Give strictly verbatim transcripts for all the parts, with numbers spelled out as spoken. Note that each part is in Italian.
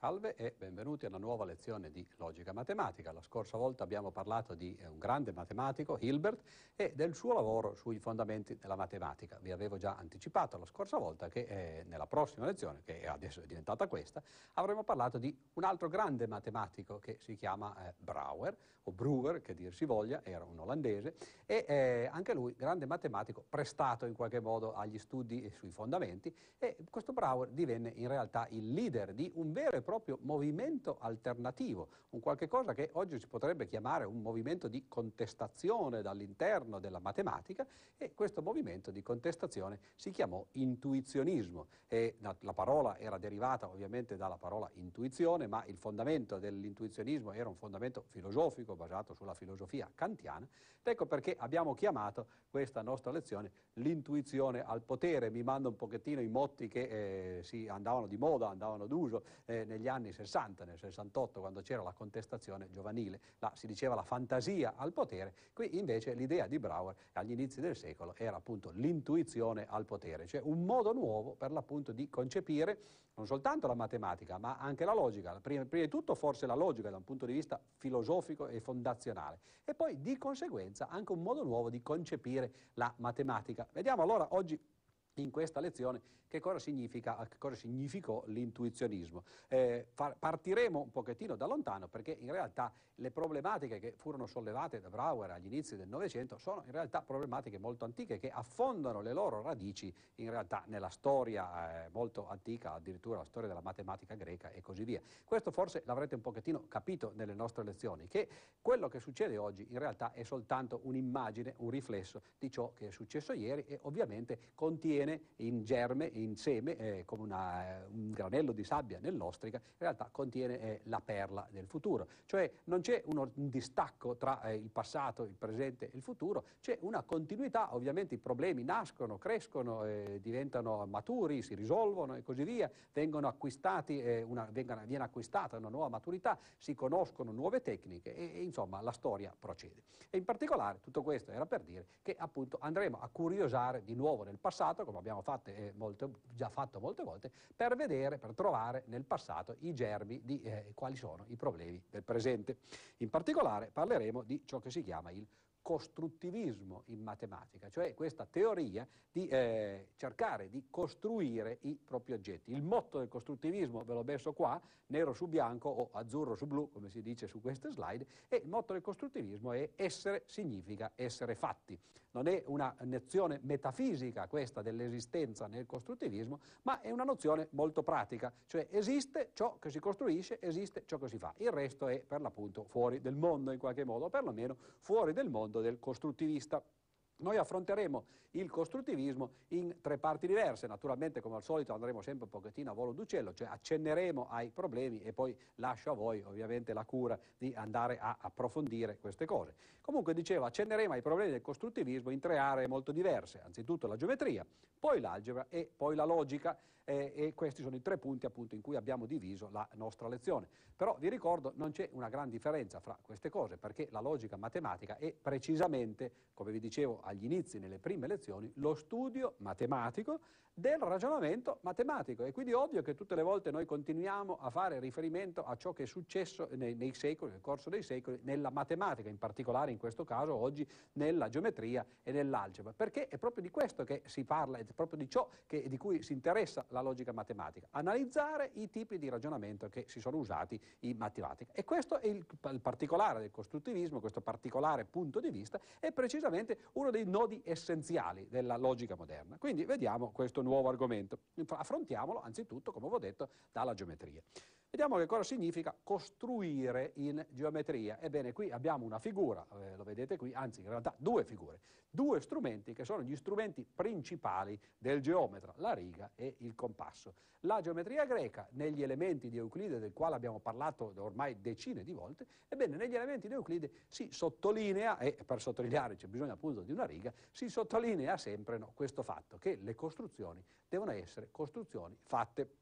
Salve e benvenuti a una nuova lezione di logica matematica. La scorsa volta abbiamo parlato di eh, un grande matematico, Hilbert, e del suo lavoro sui fondamenti della matematica. Vi avevo già anticipato la scorsa volta che eh, nella prossima lezione, che adesso è diventata questa, avremmo parlato di un altro grande matematico che si chiama eh, Brouwer, o Brouwer, che dir si voglia, era un olandese, e eh, anche lui grande matematico prestato in qualche modo agli studi sui fondamenti, e questo Brouwer divenne in realtà il leader di un vero e proprio movimento alternativo, un qualche cosa che oggi si potrebbe chiamare un movimento di contestazione dall'interno della matematica, e questo movimento di contestazione si chiamò intuizionismo. E la, la parola era derivata ovviamente dalla parola intuizione, ma il fondamento dell'intuizionismo era un fondamento filosofico basato sulla filosofia kantiana. Ecco perché abbiamo chiamato questa nostra lezione l'intuizione al potere, mimando un pochettino i motti che eh, si andavano di moda, andavano d'uso eh, negli anni sessanta, nel sessantotto, quando c'era la contestazione giovanile. Là si diceva la fantasia al potere, qui invece l'idea di Brouwer agli inizi del secolo era appunto l'intuizione al potere, cioè un modo nuovo per l'appunto di concepire non soltanto la matematica ma anche la logica, prima, prima di tutto forse la logica da un punto di vista filosofico e fondazionale, e poi di conseguenza anche un modo nuovo di concepire la matematica. Vediamo allora oggi in questa lezione che cosa significa, che cosa significò l'intuizionismo. Eh, partiremo un pochettino da lontano, perché in realtà le problematiche che furono sollevate da Brouwer agli inizi del Novecento sono in realtà problematiche molto antiche che affondano le loro radici in realtà nella storia eh, molto antica, addirittura la storia della matematica greca e così via. Questo forse l'avrete un pochettino capito nelle nostre lezioni, che quello che succede oggi in realtà è soltanto un'immagine, un riflesso di ciò che è successo ieri, e ovviamente contiene in germe, in seme, eh, come una, un granello di sabbia nell'ostrica, in realtà contiene eh, la perla del futuro. Cioè non c'è uno, un distacco tra eh, il passato, il presente e il futuro, c'è una continuità. Ovviamente i problemi nascono, crescono, eh, diventano maturi, si risolvono e così via, vengono acquistati, eh, una, vengono, viene acquistata una nuova maturità, si conoscono nuove tecniche e, e insomma la storia procede. E in particolare tutto questo era per dire che appunto andremo a curiosare di nuovo nel passato, come abbiamo fatto, eh, molte, già fatto molte volte, per vedere, per trovare nel passato i germi di eh, quali sono i problemi del presente. In particolare parleremo di ciò che si chiama il costruttivismo in matematica, cioè questa teoria di eh, cercare di costruire i propri oggetti. Il motto del costruttivismo ve l'ho messo qua, nero su bianco o azzurro su blu, come si dice su queste slide, e il motto del costruttivismo è: essere significa essere fatti. Non è una nozione metafisica questa dell'esistenza nel costruttivismo, ma è una nozione molto pratica, cioè esiste ciò che si costruisce, esiste ciò che si fa, il resto è per l'appunto fuori del mondo in qualche modo, o perlomeno fuori del mondo del costruttivista. Noi affronteremo il costruttivismo in tre parti diverse, naturalmente come al solito andremo sempre un pochettino a volo d'uccello, cioè accenneremo ai problemi e poi lascio a voi ovviamente la cura di andare a approfondire queste cose. Comunque dicevo, accenneremo ai problemi del costruttivismo in tre aree molto diverse: anzitutto la geometria, poi l'algebra e poi la logica, eh, e questi sono i tre punti appunto in cui abbiamo diviso la nostra lezione. Però vi ricordo, non c'è una gran differenza fra queste cose, perché la logica matematica è precisamente, come vi dicevo agli inizi, nelle prime lezioni, lo studio matematico del ragionamento matematico. E quindi è ovvio che tutte le volte noi continuiamo a fare riferimento a ciò che è successo nei, nei secoli, nel corso dei secoli, nella matematica, in particolare in questo caso oggi nella geometria e nell'algebra, perché è proprio di questo che si parla, è proprio di ciò che, di cui si interessa la logica matematica: analizzare i tipi di ragionamento che si sono usati in matematica. E questo è il, il particolare del costruttivismo, questo particolare punto di vista è precisamente uno dei nodi essenziali della logica moderna. Quindi vediamo questo nuovo argomento. Affrontiamolo anzitutto, come ho detto, dalla geometria. Vediamo che cosa significa costruire in geometria. Ebbene, qui abbiamo una figura, eh, lo vedete qui, anzi in realtà due figure, due strumenti che sono gli strumenti principali del geometra: la riga e il compasso. La geometria greca, negli elementi di Euclide, del quale abbiamo parlato ormai decine di volte, ebbene negli elementi di Euclide si sottolinea, e per sottolineare c'è bisogno appunto di una riga, si sottolinea sempre no, questo fatto che le costruzioni devono essere costruzioni fatte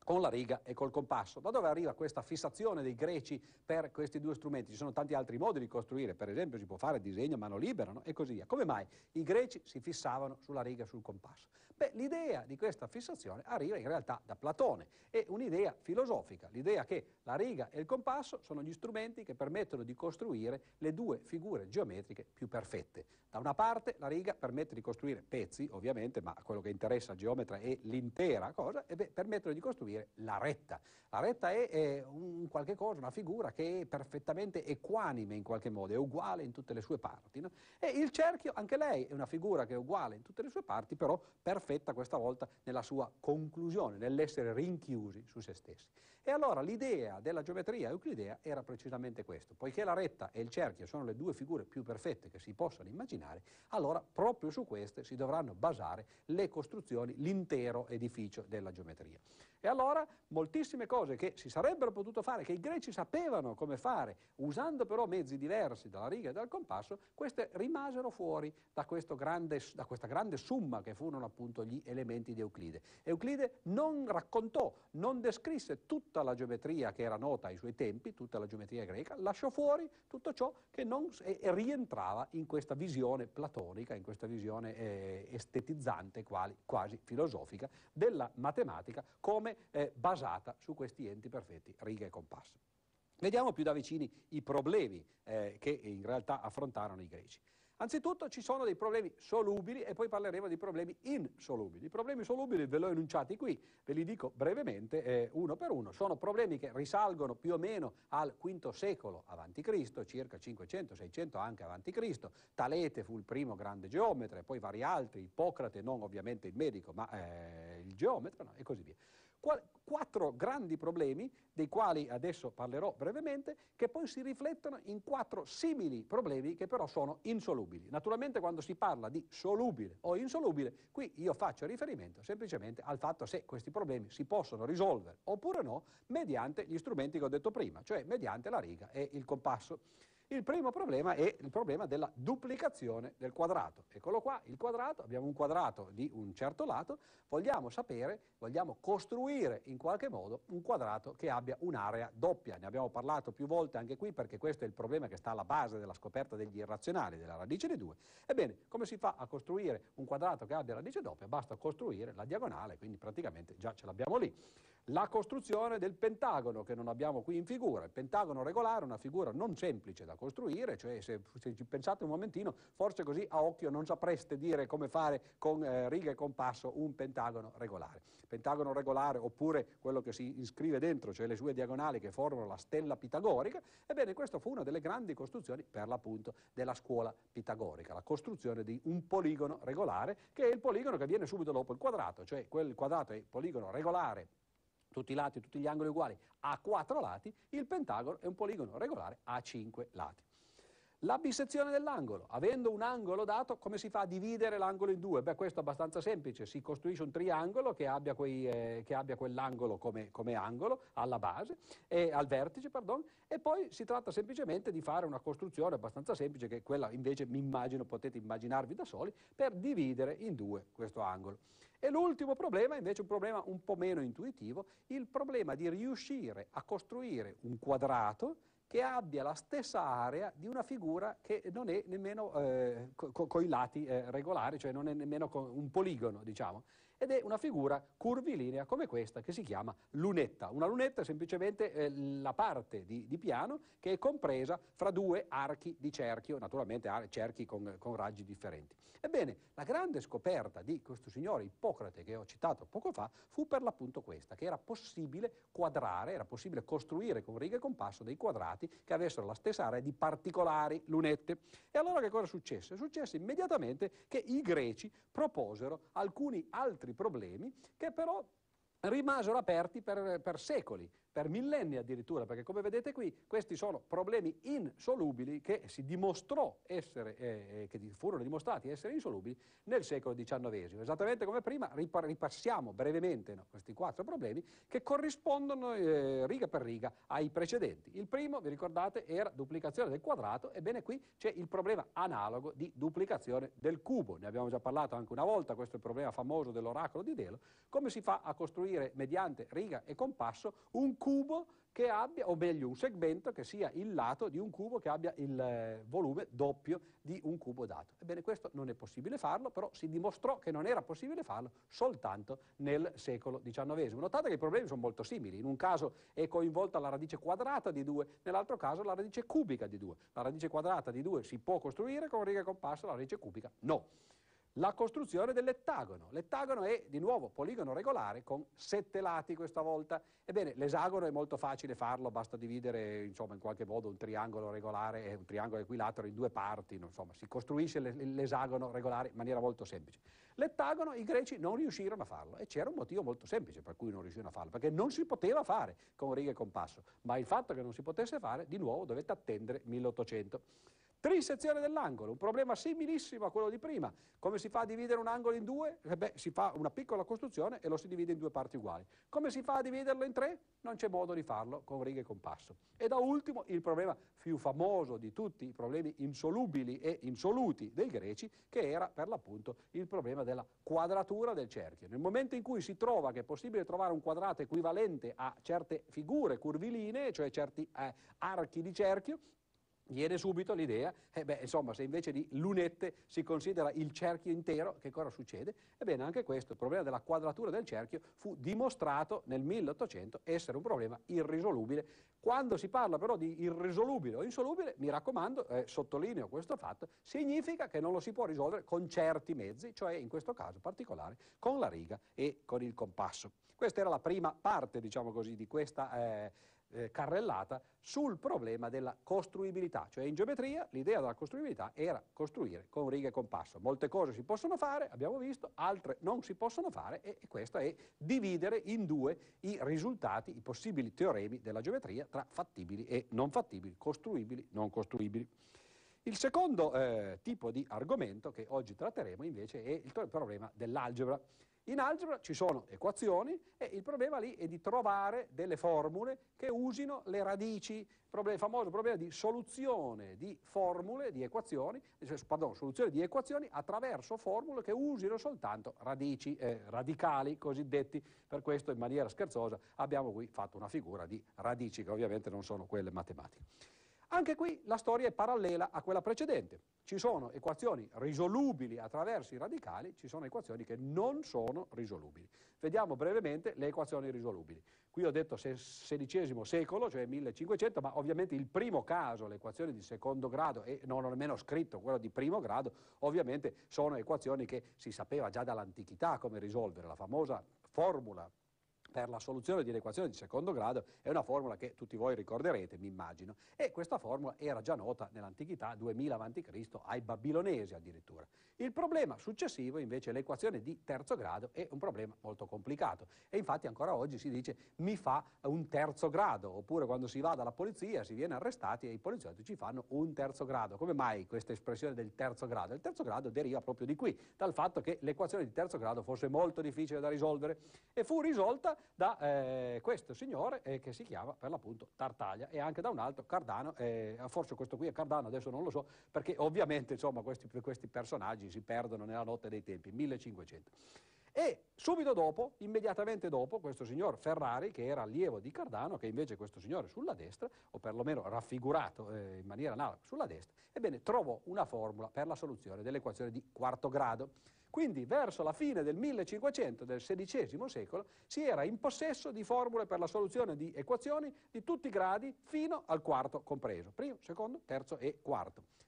con la riga e col compasso. Da dove arriva questa fissazione dei greci per questi due strumenti? Ci sono tanti altri modi di costruire, per esempio si può fare disegno a mano libera, no? E così via. Come mai i greci si fissavano sulla riga e sul compasso? Beh, l'idea di questa fissazione arriva in realtà da Platone, è un'idea filosofica, l'idea che la riga e il compasso sono gli strumenti che permettono di costruire le due figure geometriche più perfette. Da una parte la riga permette di costruire pezzi, ovviamente, ma quello che interessa al geometra è l'intera cosa, e beh, permettono di costruire la retta. La retta è, è un qualche cosa, una figura che è perfettamente equanime in qualche modo, è uguale in tutte le sue parti, no? E il cerchio, anche lei, è una figura che è uguale in tutte le sue parti, però perfetta questa volta nella sua conclusione, nell'essere rinchiusi su se stessi. E allora l'idea della geometria euclidea era precisamente questo: poiché la retta e il cerchio sono le due figure più perfette che si possano immaginare, allora proprio su queste si dovranno basare le costruzioni, l'intero edificio della geometria. E allora moltissime cose che si sarebbero potuto fare, che i greci sapevano come fare, usando però mezzi diversi dalla riga e dal compasso, queste rimasero fuori da, questo grande, da questa grande summa che furono appunto gli elementi di Euclide. Euclide non raccontò, non descrisse tutta la geometria che era nota ai suoi tempi, tutta la geometria greca, lasciò fuori tutto ciò che non e, e rientrava in questa visione platonica, in questa visione eh, estetizzante, quali, quasi filosofica, della matematica come Eh, basata su questi enti perfetti, riga e compasso. Vediamo più da vicini i problemi eh, che in realtà affrontarono i greci. Anzitutto ci sono dei problemi solubili e poi parleremo di problemi insolubili. I problemi solubili ve li ho enunciati qui, ve li dico brevemente eh, uno per uno. Sono problemi che risalgono più o meno al quinto secolo avanti Cristo, circa cinquecento seicento anche avanti Cristo. Talete fu il primo grande geometra, e poi vari altri, Ippocrate, non ovviamente il medico, ma eh, il geometra, no? E così via. Quattro grandi problemi, dei quali adesso parlerò brevemente, che poi si riflettono in quattro simili problemi che però sono insolubili. Naturalmente quando si parla di solubile o insolubile, qui io faccio riferimento semplicemente al fatto se questi problemi si possono risolvere oppure no mediante gli strumenti che ho detto prima, cioè mediante la riga e il compasso. Il primo problema è il problema della duplicazione del quadrato. Eccolo qua, il quadrato, abbiamo un quadrato di un certo lato, vogliamo sapere, vogliamo costruire in qualche modo un quadrato che abbia un'area doppia. Ne abbiamo parlato più volte anche qui perché questo è il problema che sta alla base della scoperta degli irrazionali, della radice di due. Ebbene, come si fa a costruire un quadrato che abbia radice doppia? Basta costruire la diagonale, quindi praticamente già ce l'abbiamo lì. La costruzione del pentagono, che non abbiamo qui in figura. Il pentagono regolare è una figura non semplice da costruire, cioè se, se ci pensate un momentino, forse così a occhio non sapreste dire come fare con eh, riga e compasso un pentagono regolare. Pentagono regolare, oppure quello che si iscrive dentro, cioè le sue diagonali che formano la stella pitagorica, ebbene questa fu una delle grandi costruzioni per l'appunto della scuola pitagorica, la costruzione di un poligono regolare, che è il poligono che viene subito dopo il quadrato, cioè quel quadrato è poligono regolare, tutti i lati, tutti gli angoli uguali, a quattro lati, il pentagono è un poligono regolare a cinque lati. La bisezione dell'angolo, avendo un angolo dato, come si fa a dividere l'angolo in due? Beh, questo è abbastanza semplice, si costruisce un triangolo che abbia, quei, eh, che abbia quell'angolo come, come angolo alla base, e, al vertice, pardon, e poi si tratta semplicemente di fare una costruzione abbastanza semplice, che quella invece mi immagino, potete immaginarvi da soli, per dividere in due questo angolo. E l'ultimo problema, invece un problema un po' meno intuitivo, il problema di riuscire a costruire un quadrato che abbia la stessa area di una figura che non è nemmeno eh, con co i lati eh, regolari, cioè non è nemmeno con un poligono, diciamo, ed è una figura curvilinea come questa che si chiama lunetta. Una lunetta è semplicemente eh, la parte di, di piano che è compresa fra due archi di cerchio, naturalmente cerchi con, con raggi differenti. Ebbene, la grande scoperta di questo signore Ippocrate che ho citato poco fa fu per l'appunto questa, che era possibile quadrare, era possibile costruire con riga e compasso dei quadrati che avessero la stessa area di particolari lunette. E allora che cosa successe? Successe immediatamente che i greci proposero alcuni altri problemi che però rimasero aperti per, per secoli. per millenni addirittura, perché come vedete qui questi sono problemi insolubili che si dimostrò essere, eh, che furono dimostrati essere insolubili nel secolo diciannovesimo. Esattamente come prima ripassiamo brevemente, no, questi quattro problemi che corrispondono eh, riga per riga ai precedenti. Il primo, vi ricordate, era duplicazione del quadrato, ebbene qui c'è il problema analogo di duplicazione del cubo. Ne abbiamo già parlato anche una volta, questo è il problema famoso dell'oracolo di Delo. Come si fa a costruire mediante riga e compasso un cubo che abbia, o meglio un segmento che sia il lato di un cubo che abbia il eh, volume doppio di un cubo dato? Ebbene, questo non è possibile farlo, però si dimostrò che non era possibile farlo soltanto nel secolo diciannovesimo. Notate che i problemi sono molto simili. In un caso è coinvolta la radice quadrata di due, nell'altro caso la radice cubica di due. La radice quadrata di due si può costruire con riga e compasso, la radice cubica no. La costruzione dell'ettagono. L'ettagono è di nuovo poligono regolare con sette lati questa volta. Ebbene, l'esagono è molto facile farlo, basta dividere insomma in qualche modo un triangolo regolare e un triangolo equilatero in due parti, insomma si costruisce l'esagono regolare in maniera molto semplice. L'ettagono i greci non riuscirono a farlo e c'era un motivo molto semplice per cui non riuscirono a farlo, perché non si poteva fare con riga e compasso, ma il fatto che non si potesse fare di nuovo dovette attendere milleottocento. Trisezione dell'angolo, un problema similissimo a quello di prima. Come si fa a dividere un angolo in due? Eh beh, si fa una piccola costruzione e lo si divide in due parti uguali. Come si fa a dividerlo in tre? Non c'è modo di farlo con righe e compasso. E da ultimo il problema più famoso di tutti i problemi insolubili e insoluti dei greci, che era per l'appunto il problema della quadratura del cerchio. Nel momento in cui si trova che è possibile trovare un quadrato equivalente a certe figure curvilinee, cioè certi eh, archi di cerchio, viene subito l'idea, eh beh, insomma, se invece di lunette si considera il cerchio intero, che cosa succede? Ebbene, anche questo, il problema della quadratura del cerchio, fu dimostrato nel milleottocento essere un problema irrisolubile. Quando si parla però di irrisolubile o insolubile, mi raccomando, eh, sottolineo questo fatto, significa che non lo si può risolvere con certi mezzi, cioè in questo caso particolare con la riga e con il compasso. Questa era la prima parte, diciamo così, di questa eh, Eh, carrellata sul problema della costruibilità, cioè in geometria l'idea della costruibilità era costruire con righe e compasso. Molte cose si possono fare, abbiamo visto, altre non si possono fare e, e questo è dividere in due i risultati, i possibili teoremi della geometria tra fattibili e non fattibili, costruibili, non costruibili. Il secondo eh, tipo di argomento che oggi tratteremo invece è il problema dell'algebra. In algebra ci sono equazioni e il problema lì è di trovare delle formule che usino le radici, il famoso problema di soluzione di formule, di equazioni, pardon, soluzione di equazioni attraverso formule che usino soltanto radici, eh, radicali cosiddetti. Per questo in maniera scherzosa abbiamo qui fatto una figura di radici che ovviamente non sono quelle matematiche. Anche qui la storia è parallela a quella precedente. Ci sono equazioni risolubili attraverso i radicali, ci sono equazioni che non sono risolubili. Vediamo brevemente le equazioni risolubili. Qui ho detto sedicesimo secolo, cioè millecinquecento, ma ovviamente il primo caso, le equazioni di secondo grado, e non ho nemmeno scritto quello di primo grado, ovviamente sono equazioni che si sapeva già dall'antichità come risolvere. La famosa formula per la soluzione di un'equazione di secondo grado è una formula che tutti voi ricorderete, mi immagino, e questa formula era già nota nell'antichità, duemila avanti Cristo, ai babilonesi addirittura. Il problema successivo, invece, l'equazione di terzo grado, è un problema molto complicato e infatti ancora oggi si dice mi fa un terzo grado, oppure quando si va dalla polizia si viene arrestati e i poliziotti ci fanno un terzo grado. Come mai questa espressione del terzo grado? Il terzo grado deriva proprio di qui, dal fatto che l'equazione di terzo grado fosse molto difficile da risolvere e fu risolta da eh, questo signore eh, che si chiama per l'appunto Tartaglia e anche da un altro Cardano, eh, forse questo qui è Cardano, adesso non lo so, perché ovviamente insomma questi, questi personaggi si perdono nella notte dei tempi, millecinquecento. E subito dopo, immediatamente dopo, questo signor Ferrari, che era allievo di Cardano, che invece questo signore sulla destra, o perlomeno raffigurato eh, in maniera analoga sulla destra, ebbene trovò una formula per la soluzione dell'equazione di quarto grado. Quindi verso la fine del millecinquecento del sedicesimo secolo si era in possesso di formule per la soluzione di equazioni di tutti i gradi fino al quarto compreso, primo, secondo, terzo e quarto.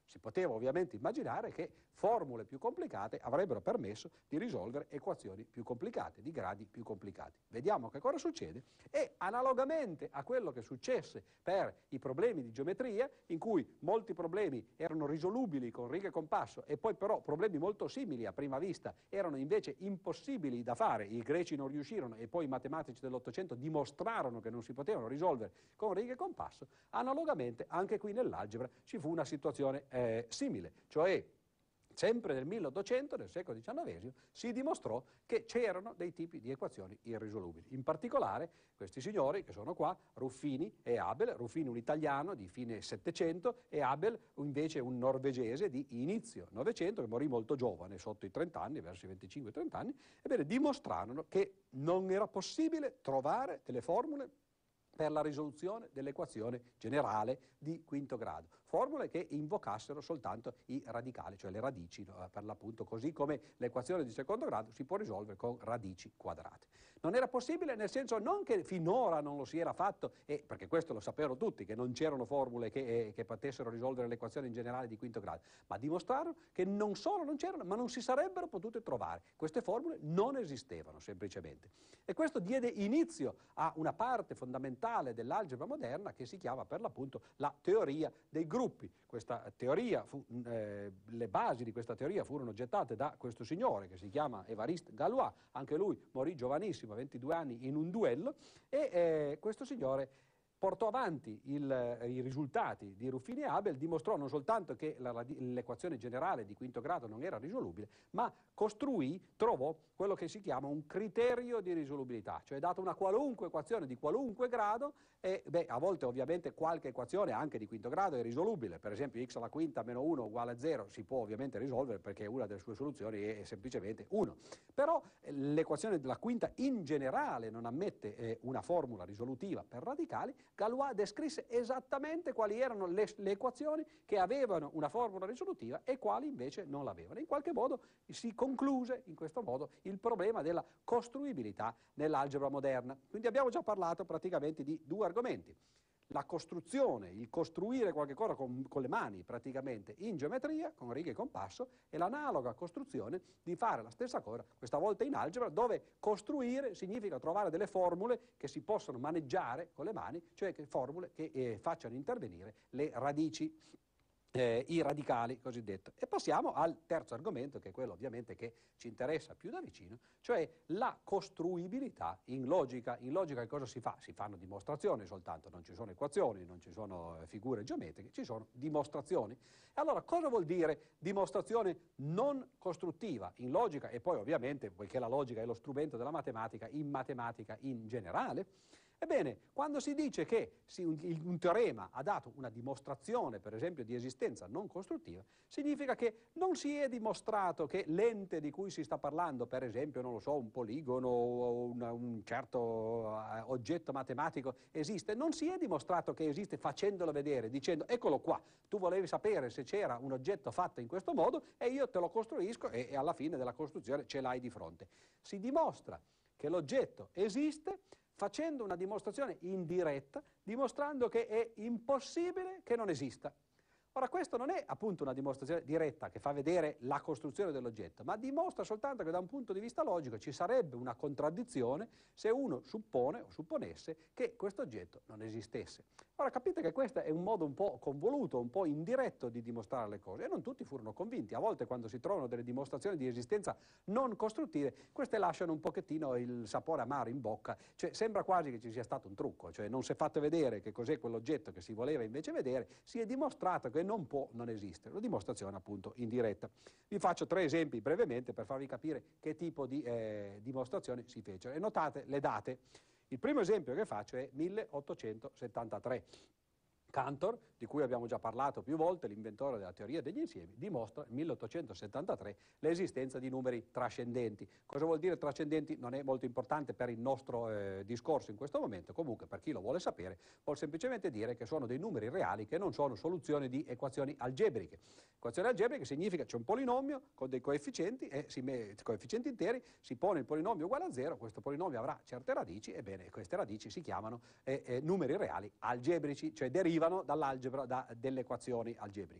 Si poteva ovviamente immaginare che formule più complicate avrebbero permesso di risolvere equazioni più complicate, di gradi più complicati. Vediamo che cosa succede e analogamente a quello che successe per i problemi di geometria, in cui molti problemi erano risolubili con righe e compasso e poi però problemi molto simili a prima vista erano invece impossibili da fare, i greci non riuscirono e poi i matematici dell'Ottocento dimostrarono che non si potevano risolvere con righe e compasso, analogamente anche qui nell'algebra ci fu una situazione eh, simile, cioè sempre nel milleottocento, nel secolo diciannovesimo, si dimostrò che c'erano dei tipi di equazioni irrisolubili. In particolare questi signori che sono qua, Ruffini e Abel, Ruffini un italiano di fine Settecento e Abel invece un norvegese di inizio Novecento che morì molto giovane, sotto i trenta anni, verso i venticinque trenta anni, ebbene dimostrarono che non era possibile trovare delle formule per la risoluzione dell'equazione generale di quinto grado. Formule che invocassero soltanto i radicali, cioè le radici, no? Per l'appunto, così come l'equazione di secondo grado si può risolvere con radici quadrate. Non era possibile nel senso non che finora non lo si era fatto, e perché questo lo sapevano tutti, che non c'erano formule che, eh, che potessero risolvere l'equazione in generale di quinto grado, ma dimostrarono che non solo non c'erano, ma non si sarebbero potute trovare. Queste formule non esistevano semplicemente. E questo diede inizio a una parte fondamentale dell'algebra moderna che si chiama per l'appunto la teoria dei gruppi. Questa teoria, fu, eh, le basi di questa teoria furono gettate da questo signore che si chiama Évariste Galois, anche lui morì giovanissimo, a ventidue anni, in un duello, e eh, questo signore portò avanti il, i risultati di Ruffini e Abel, dimostrò non soltanto che l'equazione generale di quinto grado non era risolubile, ma costruì, trovò quello che si chiama un criterio di risolubilità, cioè data una qualunque equazione di qualunque grado, e beh, a volte ovviamente qualche equazione anche di quinto grado è risolubile, per esempio x alla quinta meno uno uguale a zero si può ovviamente risolvere perché una delle sue soluzioni è, è semplicemente uno, però eh, l'equazione della quinta in generale non ammette eh, una formula risolutiva per radicali. Galois descrisse esattamente quali erano le, le equazioni che avevano una formula risolutiva e quali invece non l'avevano. In qualche modo si concluse in questo modo il problema della costruibilità nell'algebra moderna. Quindi abbiamo già parlato praticamente di due argomenti. La costruzione, il costruire qualche cosa con, con le mani praticamente in geometria, con righe e compasso, e l'analoga costruzione di fare la stessa cosa, questa volta in algebra, dove costruire significa trovare delle formule che si possono maneggiare con le mani, cioè che formule che eh, facciano intervenire le radici. Eh, i radicali cosiddetto. E passiamo al terzo argomento, che è quello ovviamente che ci interessa più da vicino, cioè la costruibilità in logica. In logica che cosa si fa? Si fanno dimostrazioni soltanto, non ci sono equazioni, non ci sono figure geometriche, ci sono dimostrazioni. E allora cosa vuol dire dimostrazione non costruttiva in logica e poi ovviamente, poiché la logica è lo strumento della matematica, in matematica in generale? Ebbene, quando si dice che si, un, un teorema ha dato una dimostrazione, per esempio, di esistenza non costruttiva, significa che non si è dimostrato che l'ente di cui si sta parlando, per esempio, non lo so, un poligono o una, un certo uh, oggetto matematico esiste, non si è dimostrato che esiste facendolo vedere, dicendo eccolo qua, tu volevi sapere se c'era un oggetto fatto in questo modo e io te lo costruisco e, e alla fine della costruzione ce l'hai di fronte. Si dimostra che l'oggetto esiste facendo una dimostrazione indiretta, dimostrando che è impossibile che non esista. Ora, questo non è appunto una dimostrazione diretta che fa vedere la costruzione dell'oggetto, ma dimostra soltanto che da un punto di vista logico ci sarebbe una contraddizione se uno suppone o supponesse che questo oggetto non esistesse. Ora, capite che questo è un modo un po' convoluto, un po' indiretto di dimostrare le cose, e non tutti furono convinti. A volte quando si trovano delle dimostrazioni di esistenza non costruttive, queste lasciano un pochettino il sapore amaro in bocca, cioè sembra quasi che ci sia stato un trucco, cioè non si è fatto vedere che cos'è quell'oggetto che si voleva invece vedere, si è dimostrato che non può non esistere, una dimostrazione appunto indiretta. Vi faccio tre esempi brevemente per farvi capire che tipo di eh, dimostrazioni si fecero, e notate le date. Il primo esempio che faccio è milleottocentosettantatré. Cantor, di cui abbiamo già parlato più volte, l'inventore della teoria degli insiemi, dimostra nel milleottocentosettantatré l'esistenza di numeri trascendenti. Cosa vuol dire trascendenti? Non è molto importante per il nostro eh, discorso in questo momento, comunque per chi lo vuole sapere vuol semplicemente dire che sono dei numeri reali che non sono soluzioni di equazioni algebriche. Equazioni algebriche significa c'è un polinomio con dei coefficienti, e si met- coefficienti interi, si pone il polinomio uguale a zero, questo polinomio avrà certe radici, ebbene queste radici si chiamano eh, eh, numeri reali algebrici, cioè derivano dall'algebra, da delle equazioni algebriche.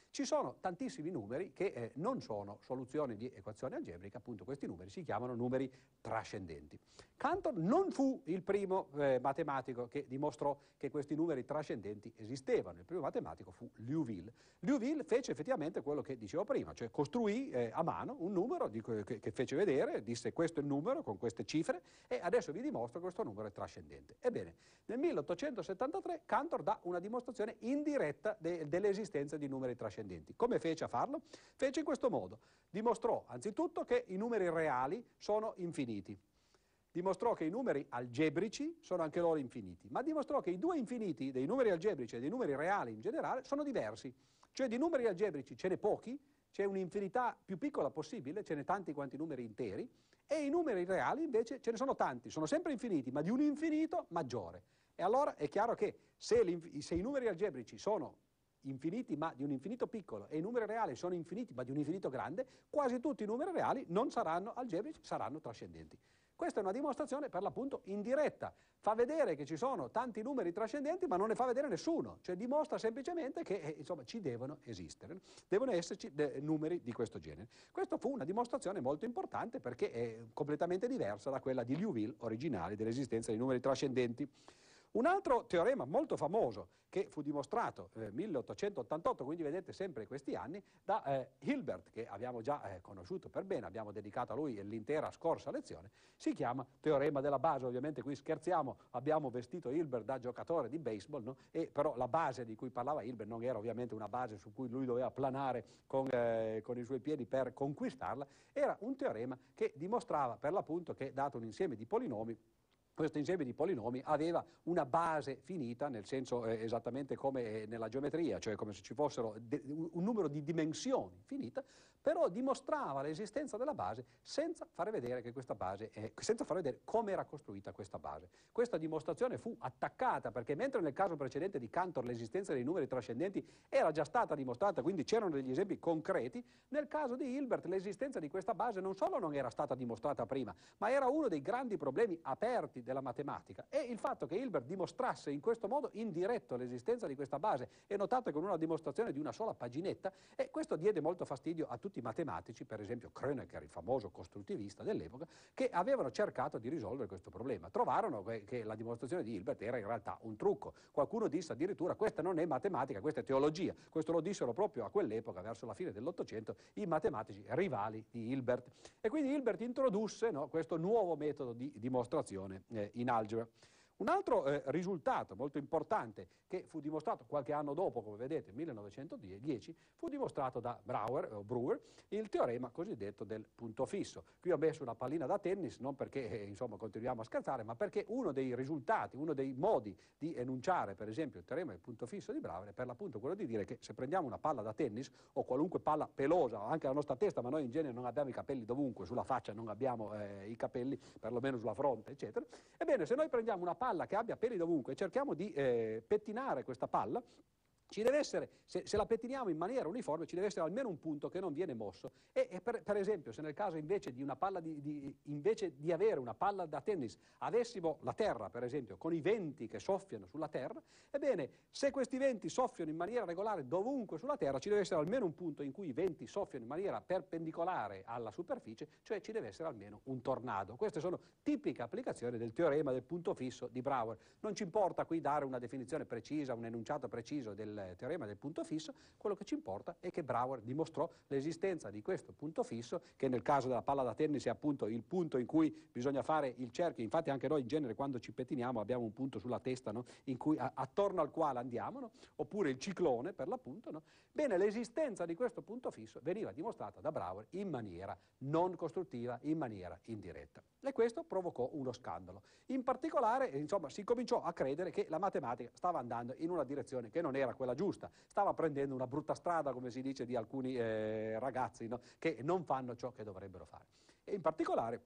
Ci sono tantissimi numeri che eh, non sono soluzioni di equazioni algebriche, appunto questi numeri si chiamano numeri trascendenti. Cantor non fu il primo eh, matematico che dimostrò che questi numeri trascendenti esistevano, il primo matematico fu Liouville. Liouville fece effettivamente quello che dicevo prima, cioè costruì eh, a mano un numero di, che, che fece vedere, disse questo è il numero con queste cifre e adesso vi dimostro che questo numero è trascendente. Ebbene, nel milleottocentosettantatré Cantor dà una dimostrazione indiretta de, dell'esistenza di numeri trascendenti. Come fece a farlo? Fece in questo modo. Dimostrò anzitutto che i numeri reali sono infiniti. Dimostrò che i numeri algebrici sono anche loro infiniti, ma dimostrò che i due infiniti dei numeri algebrici e dei numeri reali in generale sono diversi. Cioè di numeri algebrici ce n'è pochi, c'è un'infinità più piccola possibile, ce n'è tanti quanti numeri interi, e i numeri reali invece ce ne sono tanti, sono sempre infiniti, ma di un infinito maggiore. E allora è chiaro che se, se i numeri algebrici sono infiniti ma di un infinito piccolo e i numeri reali sono infiniti ma di un infinito grande, quasi tutti i numeri reali non saranno algebrici, saranno trascendenti. Questa è una dimostrazione per l'appunto indiretta, fa vedere che ci sono tanti numeri trascendenti ma non ne fa vedere nessuno, cioè dimostra semplicemente che eh, insomma, ci devono esistere, devono esserci numeri di questo genere. Questa fu una dimostrazione molto importante perché è completamente diversa da quella di Liouville originale dell'esistenza di numeri trascendenti. Un altro teorema molto famoso che fu dimostrato nel eh, milleottocentottantotto, quindi vedete sempre questi anni, da eh, Hilbert, che abbiamo già eh, conosciuto per bene, abbiamo dedicato a lui l'intera scorsa lezione, si chiama teorema della base. Ovviamente qui scherziamo, abbiamo vestito Hilbert da giocatore di baseball, no? E però la base di cui parlava Hilbert non era ovviamente una base su cui lui doveva planare con, eh, con i suoi piedi per conquistarla, era un teorema che dimostrava per l'appunto che dato un insieme di polinomi, questo insieme di polinomi aveva una base finita, nel senso eh, esattamente come nella geometria, cioè come se ci fossero un numero di dimensioni finita, però dimostrava l'esistenza della base senza fare vedere che questa base è, senza far vedere come era costruita questa base. Questa dimostrazione fu attaccata perché mentre nel caso precedente di Cantor l'esistenza dei numeri trascendenti era già stata dimostrata, quindi c'erano degli esempi concreti, nel caso di Hilbert l'esistenza di questa base non solo non era stata dimostrata prima, ma era uno dei grandi problemi aperti della matematica, e il fatto che Hilbert dimostrasse in questo modo indiretto l'esistenza di questa base, e notate con una dimostrazione di una sola paginetta, e questo diede molto fastidio a tutti i matematici, per esempio Kronecker, il famoso costruttivista dell'epoca, che avevano cercato di risolvere questo problema. Trovarono che la dimostrazione di Hilbert era in realtà un trucco. Qualcuno disse addirittura questa non è matematica, questa è teologia. Questo lo dissero proprio a quell'epoca, verso la fine dell'Ottocento, i matematici rivali di Hilbert. E quindi Hilbert introdusse, no, questo nuovo metodo di dimostrazione eh, in algebra. Un altro eh, risultato molto importante che fu dimostrato qualche anno dopo, come vedete, nel millenovecentodieci, fu dimostrato da Brouwer, o Brewer, il teorema cosiddetto del punto fisso. Qui ho messo una pallina da tennis, non perché eh, insomma continuiamo a scherzare, ma perché uno dei risultati, uno dei modi di enunciare, per esempio, il teorema del punto fisso di Brouwer è per l'appunto quello di dire che se prendiamo una palla da tennis o qualunque palla pelosa, anche la nostra testa, ma noi in genere non abbiamo i capelli dovunque, sulla faccia non abbiamo eh, i capelli, perlomeno sulla fronte, eccetera. Ebbene, se noi prendiamo una palla che abbia peli dovunque e cerchiamo di eh, pettinare questa palla, ci deve essere, se, se la pettiniamo in maniera uniforme, ci deve essere almeno un punto che non viene mosso. E, e per, per esempio, se nel caso invece di una palla di, di, invece di avere una palla da tennis, avessimo la terra, per esempio, con i venti che soffiano sulla terra, ebbene, se questi venti soffiano in maniera regolare dovunque sulla terra, ci deve essere almeno un punto in cui i venti soffiano in maniera perpendicolare alla superficie, cioè ci deve essere almeno un tornado. Queste sono tipiche applicazioni del teorema del punto fisso di Brouwer. Non ci importa qui dare una definizione precisa, un enunciato preciso del teorema del punto fisso, quello che ci importa è che Brouwer dimostrò l'esistenza di questo punto fisso, che nel caso della palla da tennis è appunto il punto in cui bisogna fare il cerchio. Infatti anche noi in genere quando ci pettiniamo abbiamo un punto sulla testa, no? In cui, a, attorno al quale andiamo, no? Oppure il ciclone per l'appunto. No? Bene, l'esistenza di questo punto fisso veniva dimostrata da Brouwer in maniera non costruttiva, in maniera indiretta. E questo provocò uno scandalo. In particolare, insomma, si cominciò a credere che la matematica stava andando in una direzione che non era quella giusta, stava prendendo una brutta strada, come si dice di alcuni eh, ragazzi, no? Che non fanno ciò che dovrebbero fare. E in particolare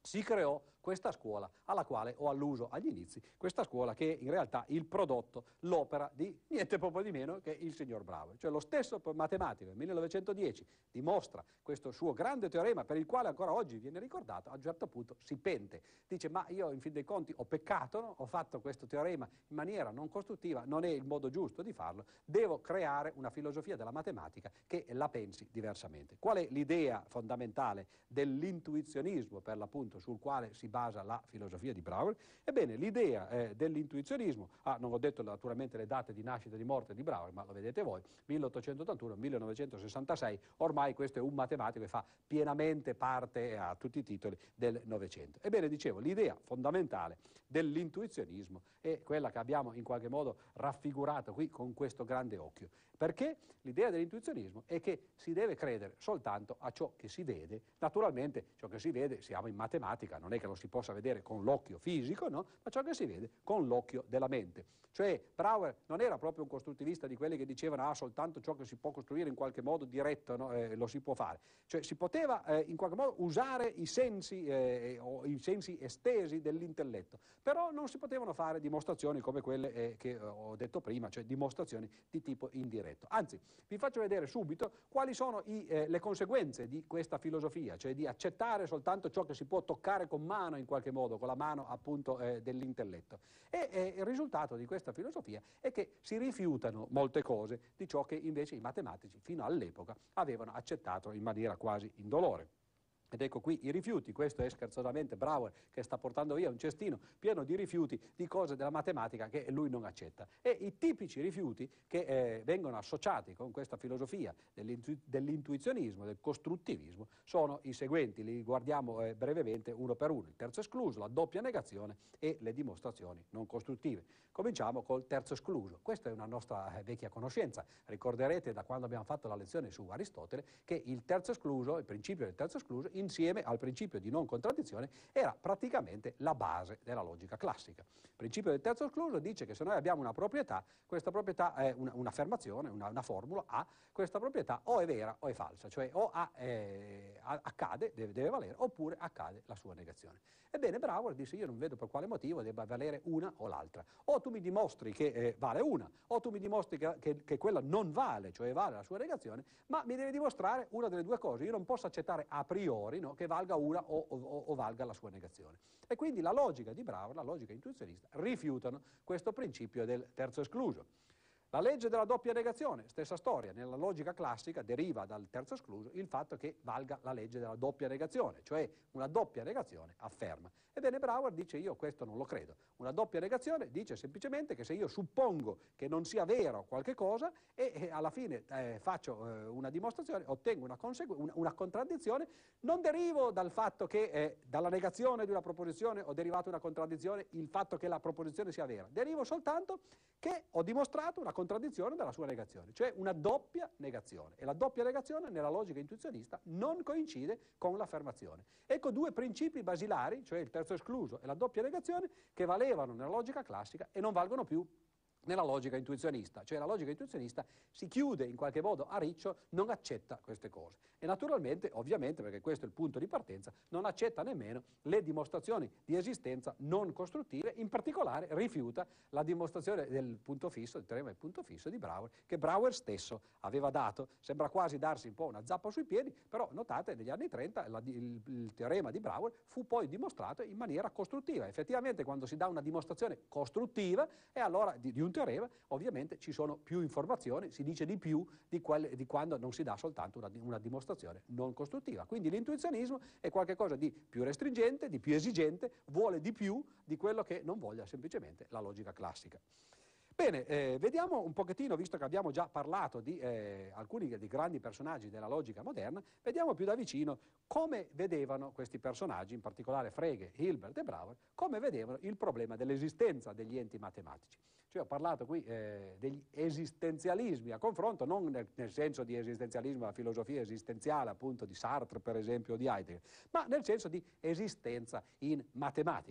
si creò questa scuola alla quale ho alluso agli inizi, questa scuola che è in realtà il prodotto, l'opera di niente proprio di meno che il signor Brouwer. Cioè lo stesso matematico nel millenovecentodieci dimostra questo suo grande teorema per il quale ancora oggi viene ricordato, a un certo punto si pente, dice ma io in fin dei conti ho peccato, no? Ho fatto questo teorema in maniera non costruttiva, non è il modo giusto di farlo, devo creare una filosofia della matematica che la pensi diversamente. Qual è l'idea fondamentale dell'intuizionismo, per l'appunto, sul quale si basa la filosofia di Brouwer? Ebbene, l'idea eh, dell'intuizionismo, ah, non ho detto naturalmente le date di nascita e di morte di Brouwer, ma lo vedete voi, milleottocentottantuno millenovecentosessantasei, ormai questo è un matematico che fa pienamente parte a tutti i titoli del Novecento. Ebbene, dicevo, l'idea fondamentale dell'intuizionismo è quella che abbiamo in qualche modo raffigurato qui con questo grande occhio. Perché l'idea dell'intuizionismo è che si deve credere soltanto a ciò che si vede. Naturalmente ciò che si vede, siamo in matematica, non è che lo si possa vedere con l'occhio fisico, no? Ma ciò che si vede con l'occhio della mente. Cioè Brouwer non era proprio un costruttivista di quelli che dicevano ah, soltanto ciò che si può costruire in qualche modo diretto, no? eh, lo si può fare. Cioè si poteva eh, in qualche modo usare i sensi eh, o i sensi estesi dell'intelletto, però non si potevano fare dimostrazioni come quelle eh, che ho detto prima, cioè dimostrazioni di tipo indiretto. Anzi, vi faccio vedere subito quali sono i, eh, le conseguenze di questa filosofia, cioè di accettare soltanto ciò che si può toccare con mano in qualche modo, con la mano appunto eh, dell'intelletto. E eh, il risultato di questa filosofia è che si rifiutano molte cose di ciò che invece i matematici fino all'epoca avevano accettato in maniera quasi indolore. Ed ecco qui i rifiuti, questo è scherzosamente Brouwer che sta portando via un cestino pieno di rifiuti di cose della matematica che lui non accetta. E i tipici rifiuti che eh, vengono associati con questa filosofia dell'intu- dell'intuizionismo, del costruttivismo, sono i seguenti, li guardiamo eh, brevemente uno per uno. Il terzo escluso, la doppia negazione e le dimostrazioni non costruttive. Cominciamo col terzo escluso. Questa è una nostra eh, vecchia conoscenza. Ricorderete da quando abbiamo fatto la lezione su Aristotele che il terzo escluso, il principio del terzo escluso, insieme al principio di non contraddizione, era praticamente la base della logica classica. Il principio del terzo escluso dice che se noi abbiamo una proprietà, questa proprietà è una, un'affermazione, una, una formula, A, questa proprietà o è vera o è falsa, cioè o A, eh, accade, deve, deve valere, oppure accade la sua negazione. Ebbene, Brouwer disse io non vedo per quale motivo debba valere una o l'altra. O tu mi dimostri che eh, vale una, o tu mi dimostri che, che, che quella non vale, cioè vale la sua negazione, ma mi devi dimostrare una delle due cose. Io non posso accettare a priori, no, che valga una o, o, o valga la sua negazione. E quindi la logica di Brouwer, la logica intuizionista, rifiutano questo principio del terzo escluso. La legge della doppia negazione, stessa storia, nella logica classica deriva dal terzo escluso il fatto che valga la legge della doppia negazione, cioè una doppia negazione afferma. Ebbene Brouwer dice io questo non lo credo. Una doppia negazione dice semplicemente che se io suppongo che non sia vero qualche cosa e, e alla fine eh, faccio eh, una dimostrazione, ottengo una, una, una contraddizione, non derivo dal fatto che eh, dalla negazione di una proposizione ho derivato una contraddizione, il fatto che la proposizione sia vera. Derivo soltanto che ho dimostrato una contraddizione dalla sua negazione, cioè una doppia negazione. E la doppia negazione nella logica intuizionista non coincide con l'affermazione. Ecco due principi basilari, cioè il terzo escluso e la doppia negazione, che valevano nella logica classica e non valgono più nella logica intuizionista, cioè la logica intuizionista si chiude in qualche modo a riccio, non accetta queste cose e naturalmente, ovviamente, perché questo è il punto di partenza, non accetta nemmeno le dimostrazioni di esistenza non costruttive, in particolare rifiuta la dimostrazione del punto fisso, del teorema del punto fisso di Brouwer, che Brouwer stesso aveva dato, sembra quasi darsi un po' una zappa sui piedi, però notate negli anni trenta la, il, il teorema di Brouwer fu poi dimostrato in maniera costruttiva. Effettivamente quando si dà una dimostrazione costruttiva e allora di, di un teorema, ovviamente ci sono più informazioni, si dice di più di, quelle, di quando non si dà soltanto una, una dimostrazione non costruttiva. Quindi l'intuizionismo è qualcosa di più restringente, di più esigente, vuole di più di quello che non voglia semplicemente la logica classica. Bene, eh, vediamo un pochettino, visto che abbiamo già parlato di eh, alcuni dei grandi personaggi della logica moderna, vediamo più da vicino come vedevano questi personaggi, in particolare Frege, Hilbert e Brouwer, come vedevano il problema dell'esistenza degli enti matematici. Cioè ho parlato qui eh, degli esistenzialismi a confronto, non nel, nel senso di esistenzialismo, la filosofia esistenziale appunto di Sartre per esempio o di Heidegger, ma nel senso di esistenza in matematica.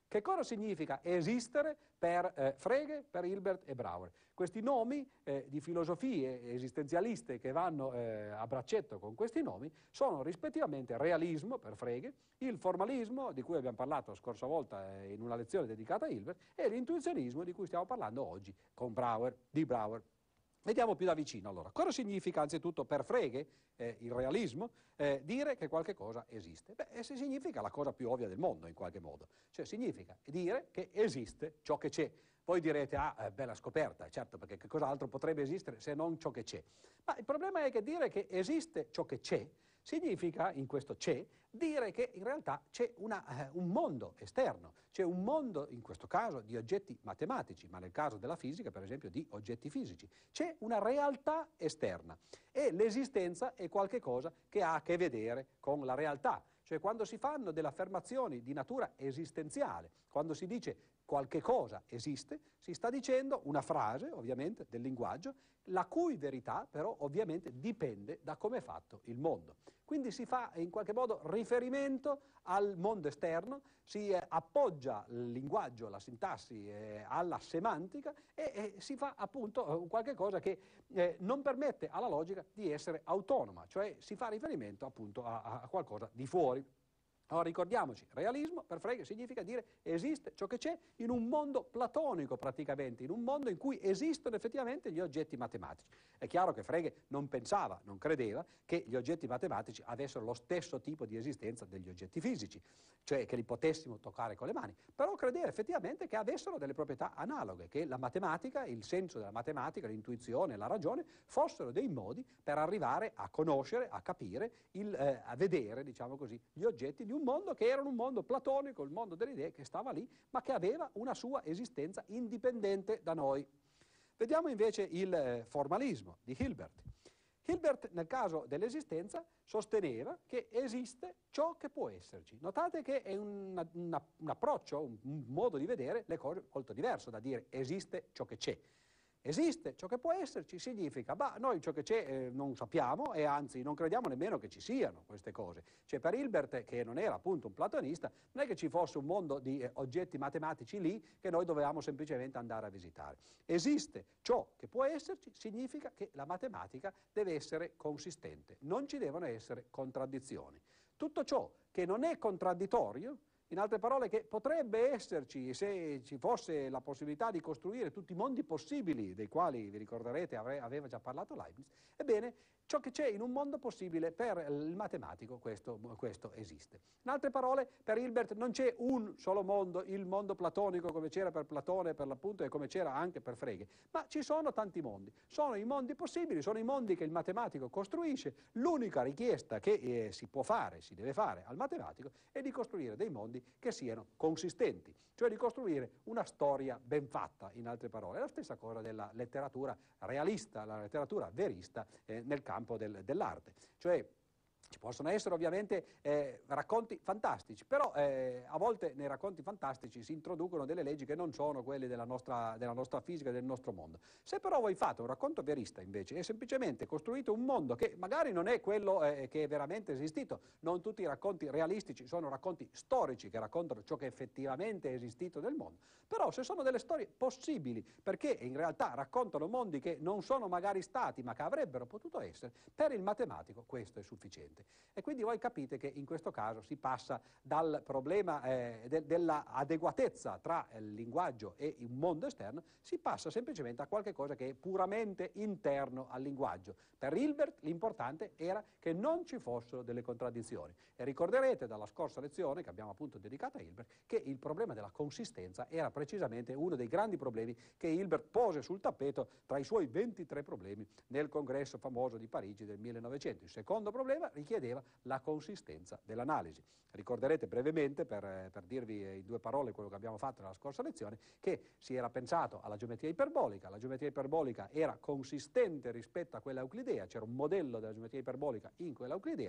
Che cosa significa esistere per eh, Frege, per Hilbert e Brouwer? Questi nomi eh, di filosofie esistenzialiste che vanno eh, a braccetto con questi nomi sono rispettivamente realismo per Frege, il formalismo di cui abbiamo parlato la scorsa volta eh, in una lezione dedicata a Hilbert e l'intuizionismo di cui stiamo parlando oggi con Brouwer, di Brouwer. Vediamo più da vicino allora. Cosa significa anzitutto per Frege, eh, il realismo, eh, dire che qualche cosa esiste? Beh, significa la cosa più ovvia del mondo in qualche modo. Cioè significa dire che esiste ciò che c'è. Voi direte, ah, eh, bella scoperta, certo, perché che cos'altro potrebbe esistere se non ciò che c'è? Ma il problema è che dire che esiste ciò che c'è significa, in questo c'è, dire che in realtà c'è una, eh, un mondo esterno, c'è un mondo, in questo caso, di oggetti matematici, ma nel caso della fisica, per esempio, di oggetti fisici. C'è una realtà esterna e l'esistenza è qualche cosa che ha a che vedere con la realtà. Cioè quando si fanno delle affermazioni di natura esistenziale, quando si dice qualche cosa esiste, si sta dicendo una frase, ovviamente, del linguaggio, la cui verità però ovviamente dipende da come è fatto il mondo. Quindi si fa in qualche modo riferimento al mondo esterno, si eh, appoggia il linguaggio, la sintassi eh, alla semantica e, e si fa appunto qualche cosa che eh, non permette alla logica di essere autonoma, cioè si fa riferimento appunto a, a qualcosa di fuori. Allora ricordiamoci, realismo per Frege significa dire esiste ciò che c'è in un mondo platonico praticamente, in un mondo in cui esistono effettivamente gli oggetti matematici. È chiaro che Frege non pensava, non credeva che gli oggetti matematici avessero lo stesso tipo di esistenza degli oggetti fisici, cioè che li potessimo toccare con le mani, però credeva effettivamente che avessero delle proprietà analoghe, che la matematica, il senso della matematica, l'intuizione, la ragione fossero dei modi per arrivare a conoscere, a capire, il, eh, a vedere, diciamo così, gli oggetti di un un mondo che era un mondo platonico, il mondo delle idee che stava lì, ma che aveva una sua esistenza indipendente da noi. Vediamo invece il eh, formalismo di Hilbert. Hilbert, nel caso dell'esistenza, sosteneva che esiste ciò che può esserci. Notate che è un, una, un approccio, un, un modo di vedere le cose molto diverso da dire esiste ciò che c'è. Esiste ciò che può esserci significa, bah, noi ciò che c'è eh, non sappiamo e anzi non crediamo nemmeno che ci siano queste cose. Cioè per Hilbert, che non era appunto un platonista, non è che ci fosse un mondo di eh, oggetti matematici lì che noi dovevamo semplicemente andare a visitare. Esiste ciò che può esserci significa che la matematica deve essere consistente, non ci devono essere contraddizioni. Tutto ciò che non è contraddittorio, in altre parole, che potrebbe esserci se ci fosse la possibilità di costruire tutti i mondi possibili, dei quali, vi ricorderete, aveva già parlato Leibniz, ebbene, ciò che c'è in un mondo possibile per il matematico, questo, questo esiste. In altre parole, per Hilbert non c'è un solo mondo, il mondo platonico come c'era per Platone, per l'appunto, e come c'era anche per Frege, ma ci sono tanti mondi. Sono i mondi possibili, sono i mondi che il matematico costruisce. L'unica richiesta che eh, si può fare, si deve fare al matematico, è di costruire dei mondi che siano consistenti, cioè di costruire una storia ben fatta, in altre parole. È la stessa cosa della letteratura realista, la letteratura verista eh, nel campo del, dell'arte. Cioè ci possono essere ovviamente eh, racconti fantastici, però eh, a volte nei racconti fantastici si introducono delle leggi che non sono quelle della nostra, della nostra fisica, del nostro mondo. Se però voi fate un racconto verista invece e semplicemente costruite un mondo che magari non è quello eh, che è veramente esistito, non tutti i racconti realistici sono racconti storici che raccontano ciò che effettivamente è esistito del mondo, però se sono delle storie possibili, perché in realtà raccontano mondi che non sono magari stati ma che avrebbero potuto essere, per il matematico questo è sufficiente. E quindi voi capite che in questo caso si passa dal problema eh, de dell'adeguatezza tra il linguaggio e il mondo esterno, si passa semplicemente a qualche cosa che è puramente interno al linguaggio. Per Hilbert l'importante era che non ci fossero delle contraddizioni. E ricorderete dalla scorsa lezione, che abbiamo appunto dedicato a Hilbert, che il problema della consistenza era precisamente uno dei grandi problemi che Hilbert pose sul tappeto tra i suoi ventitré problemi nel congresso famoso di Parigi del millenovecento. Il secondo problema richiedeva la consistenza dell'analisi. Ricorderete brevemente, per, per dirvi in due parole quello che abbiamo fatto nella scorsa lezione, che si era pensato alla geometria iperbolica. La geometria iperbolica era consistente rispetto a quella euclidea, c'era un modello della geometria iperbolica in quella euclidea.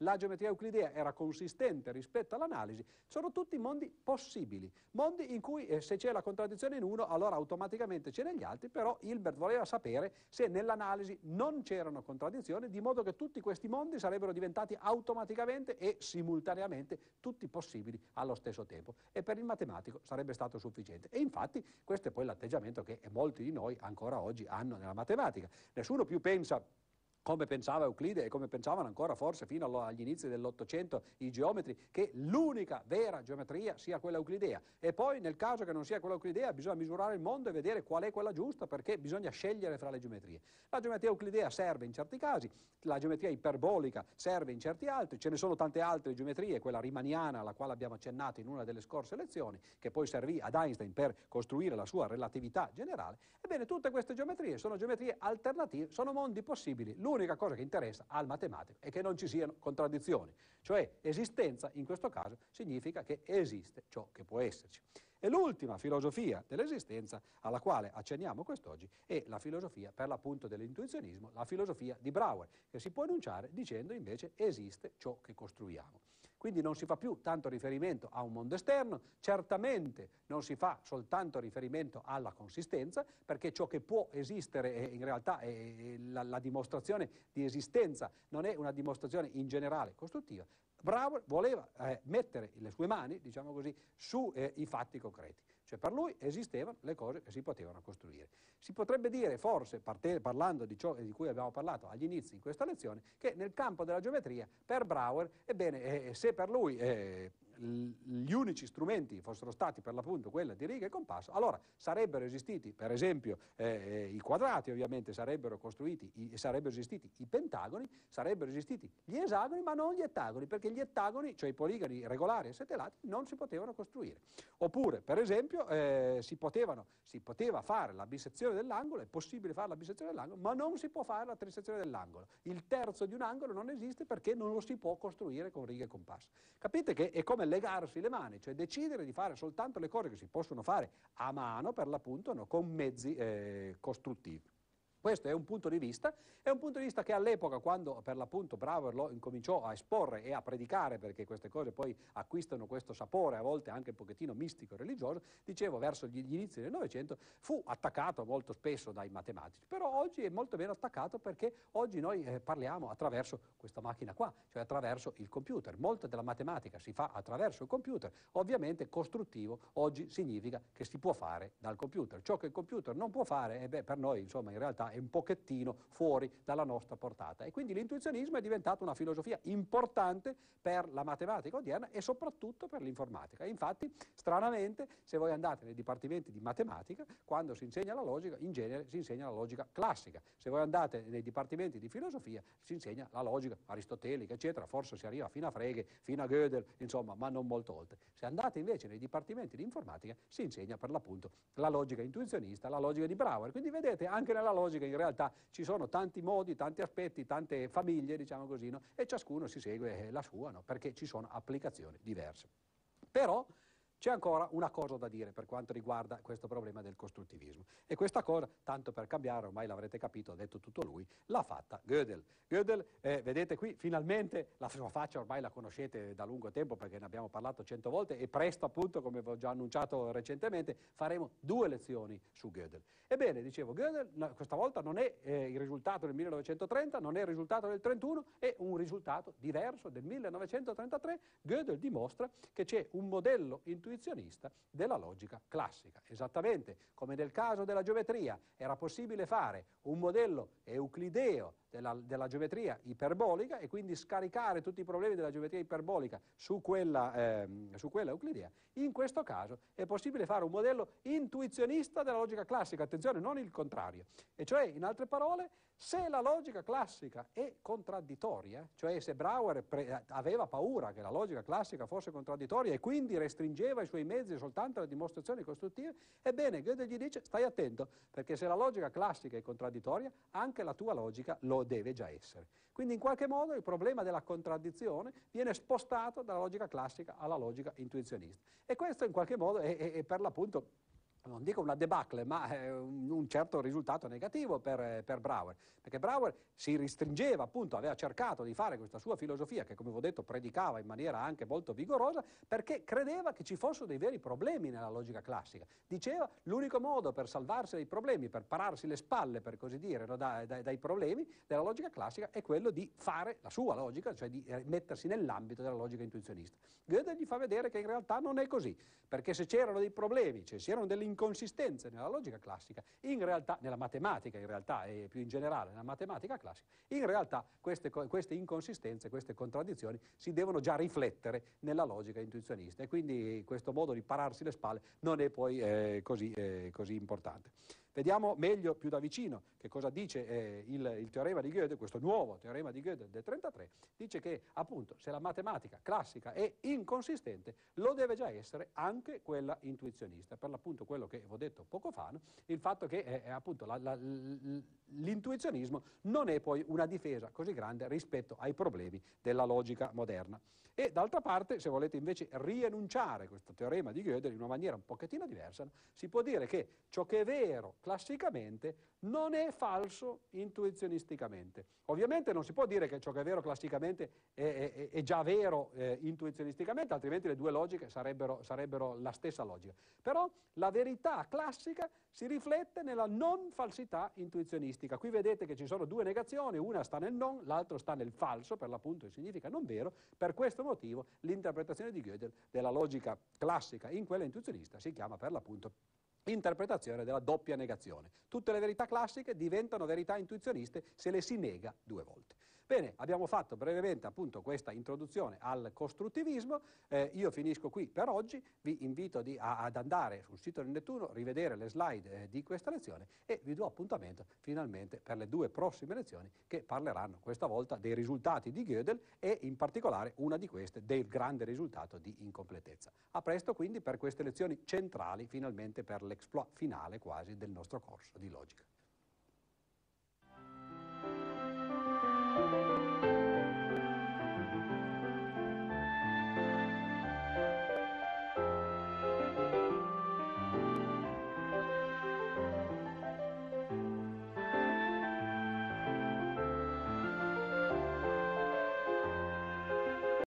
la geometria euclidea era consistente rispetto all'analisi, sono tutti mondi possibili, mondi in cui eh, se c'è la contraddizione in uno allora automaticamente c'è negli altri, però Hilbert voleva sapere se nell'analisi non c'erano contraddizioni, di modo che tutti questi mondi sarebbero diventati automaticamente e simultaneamente tutti possibili allo stesso tempo, e per il matematico sarebbe stato sufficiente. E infatti questo è poi l'atteggiamento che molti di noi ancora oggi hanno nella matematica. Nessuno più pensa, come pensava Euclide e come pensavano ancora forse fino agli inizi dell'Ottocento i geometri, che l'unica vera geometria sia quella euclidea, e poi nel caso che non sia quella euclidea bisogna misurare il mondo e vedere qual è quella giusta, perché bisogna scegliere fra le geometrie. La geometria euclidea serve in certi casi, la geometria iperbolica serve in certi altri, ce ne sono tante altre geometrie, quella riemanniana alla quale abbiamo accennato in una delle scorse lezioni, che poi servì ad Einstein per costruire la sua relatività generale. Ebbene, tutte queste geometrie sono geometrie alternative, sono mondi possibili. L'unica cosa che interessa al matematico è che non ci siano contraddizioni, cioè esistenza in questo caso significa che esiste ciò che può esserci. E l'ultima filosofia dell'esistenza alla quale accenniamo quest'oggi è la filosofia per l'appunto dell'intuizionismo, la filosofia di Brouwer, che si può enunciare dicendo invece esiste ciò che costruiamo. Quindi non si fa più tanto riferimento a un mondo esterno, certamente non si fa soltanto riferimento alla consistenza, perché ciò che può esistere è, in realtà è la, la dimostrazione di esistenza, non è una dimostrazione in generale costruttiva. Brouwer voleva eh, mettere le sue mani, diciamo così, sui eh, fatti concreti. Cioè per lui esistevano le cose che si potevano costruire. Si potrebbe dire, forse, parte, parlando di ciò di cui abbiamo parlato agli inizi in questa lezione, che nel campo della geometria, per Brouwer, ebbene, eh, se per lui eh, gli unici strumenti fossero stati per l'appunto quelli di riga e compasso, allora sarebbero esistiti, per esempio, eh, i quadrati, ovviamente sarebbero costruiti, i, sarebbero esistiti i pentagoni, sarebbero esistiti gli esagoni, ma non gli ettagoni, perché gli ettagoni, cioè i poligoni regolari e setellati, non si potevano costruire. Oppure, per esempio, eh, si, potevano, si poteva fare la bisezione dell'angolo, è possibile fare la bisezione dell'angolo, ma non si può fare la trisezione dell'angolo. Il terzo di un angolo non esiste perché non lo si può costruire con righe e compasso. Capite che è come legarsi le mani, cioè decidere di fare soltanto le cose che si possono fare a mano, per l'appunto, no, con mezzi eh, costruttivi. Questo è un punto di vista, è un punto di vista che all'epoca, quando per l'appunto Brouwer lo incominciò a esporre e a predicare, perché queste cose poi acquistano questo sapore, a volte anche un pochettino mistico religioso, dicevo verso gli, gli inizi del Novecento, fu attaccato molto spesso dai matematici, però oggi è molto meno attaccato perché oggi noi eh, parliamo attraverso questa macchina qua, cioè attraverso il computer. Molta della matematica si fa attraverso il computer, ovviamente costruttivo oggi significa che si può fare dal computer. Ciò che il computer non può fare, eh beh, per noi insomma in realtà è un pochettino fuori dalla nostra portata, e quindi l'intuizionismo è diventato una filosofia importante per la matematica odierna e soprattutto per l'informatica. Infatti, stranamente, se voi andate nei dipartimenti di matematica, quando si insegna la logica, in genere si insegna la logica classica. Se voi andate nei dipartimenti di filosofia, si insegna la logica aristotelica, eccetera, forse si arriva fino a Frege, fino a Gödel, insomma, ma non molto oltre. Se andate invece nei dipartimenti di informatica, si insegna per l'appunto la logica intuizionista, la logica di Brouwer. Quindi vedete, anche nella logica in realtà ci sono tanti modi, tanti aspetti, tante famiglie, diciamo così, no? E ciascuno si segue la sua, no? Perché ci sono applicazioni diverse. Però c'è ancora una cosa da dire per quanto riguarda questo problema del costruttivismo. E questa cosa, tanto per cambiare, ormai l'avrete capito, ha detto tutto lui, l'ha fatta Gödel. Gödel, eh, vedete qui, finalmente la sua faccia ormai la conoscete da lungo tempo perché ne abbiamo parlato cento volte, e presto appunto, come ho già annunciato recentemente, faremo due lezioni su Gödel. Ebbene, dicevo, Gödel no, questa volta non è eh, il risultato del millenovecentotrenta, non è il risultato del trentuno, è un risultato diverso del millenovecentotrentatré. Gödel dimostra che c'è un modello intuitivo della logica classica. Esattamente come nel caso della geometria era possibile fare un modello euclideo della, della geometria iperbolica e quindi scaricare tutti i problemi della geometria iperbolica su quella, ehm, su quella euclidea, in questo caso è possibile fare un modello intuizionista della logica classica, attenzione, non il contrario. E cioè, in altre parole, se la logica classica è contraddittoria, cioè se Brouwer aveva paura che la logica classica fosse contraddittoria e quindi restringeva i suoi mezzi soltanto alle dimostrazioni costruttive, ebbene Gödel gli dice stai attento, perché se la logica classica è contraddittoria, anche la tua logica lo deve già essere. Quindi in qualche modo il problema della contraddizione viene spostato dalla logica classica alla logica intuizionista. E questo in qualche modo è, è, è per l'appunto non dico una debacle, ma eh, un, un certo risultato negativo per, eh, per Brouwer, perché Brouwer si ristringeva, appunto, aveva cercato di fare questa sua filosofia che, come vi ho detto, predicava in maniera anche molto vigorosa, perché credeva che ci fossero dei veri problemi nella logica classica. Diceva l'unico modo per salvarsi dai problemi, per pararsi le spalle, per così dire, no, dai, dai, dai problemi della logica classica, è quello di fare la sua logica, cioè di eh, mettersi nell'ambito della logica intuizionista. Gödel gli fa vedere che in realtà non è così, perché se c'erano dei problemi, cioè c'erano delle inconsistenze nella logica classica, in realtà, nella matematica in realtà e più in generale nella matematica classica, in realtà queste, queste inconsistenze, queste contraddizioni si devono già riflettere nella logica intuizionista, e quindi questo modo di pararsi le spalle non è poi eh, così, eh, così importante. Vediamo meglio, più da vicino, che cosa dice eh, il, il teorema di Gödel, questo nuovo teorema di Gödel del trentatré, dice che appunto se la matematica classica è inconsistente, lo deve già essere anche quella intuizionista, per l'appunto quello che vi ho detto poco fa, no? Il fatto che eh, appunto la, la, l'intuizionismo non è poi una difesa così grande rispetto ai problemi della logica moderna. E d'altra parte, se volete invece rienunciare questo teorema di Gödel in una maniera un pochettino diversa, no? Si può dire che ciò che è vero classicamente non è falso intuizionisticamente. Ovviamente non si può dire che ciò che è vero classicamente è, è, è già vero eh, intuizionisticamente, altrimenti le due logiche sarebbero, sarebbero la stessa logica. Però la verità classica si riflette nella non falsità intuizionistica. Qui vedete che ci sono due negazioni, una sta nel non, l'altra sta nel falso, per l'appunto significa non vero. Per questo motivo l'interpretazione di Gödel della logica classica in quella intuizionista si chiama per l'appunto interpretazione della doppia negazione. Tutte le verità classiche diventano verità intuizioniste se le si nega due volte. Bene, abbiamo fatto brevemente appunto questa introduzione al costruttivismo, eh, io finisco qui per oggi, vi invito di, a, ad andare sul sito del Nettuno, rivedere le slide eh, di questa lezione e vi do appuntamento finalmente per le due prossime lezioni che parleranno questa volta dei risultati di Gödel e in particolare una di queste del grande risultato di incompletezza. A presto quindi per queste lezioni centrali finalmente per l'exploit finale quasi del nostro corso di logica.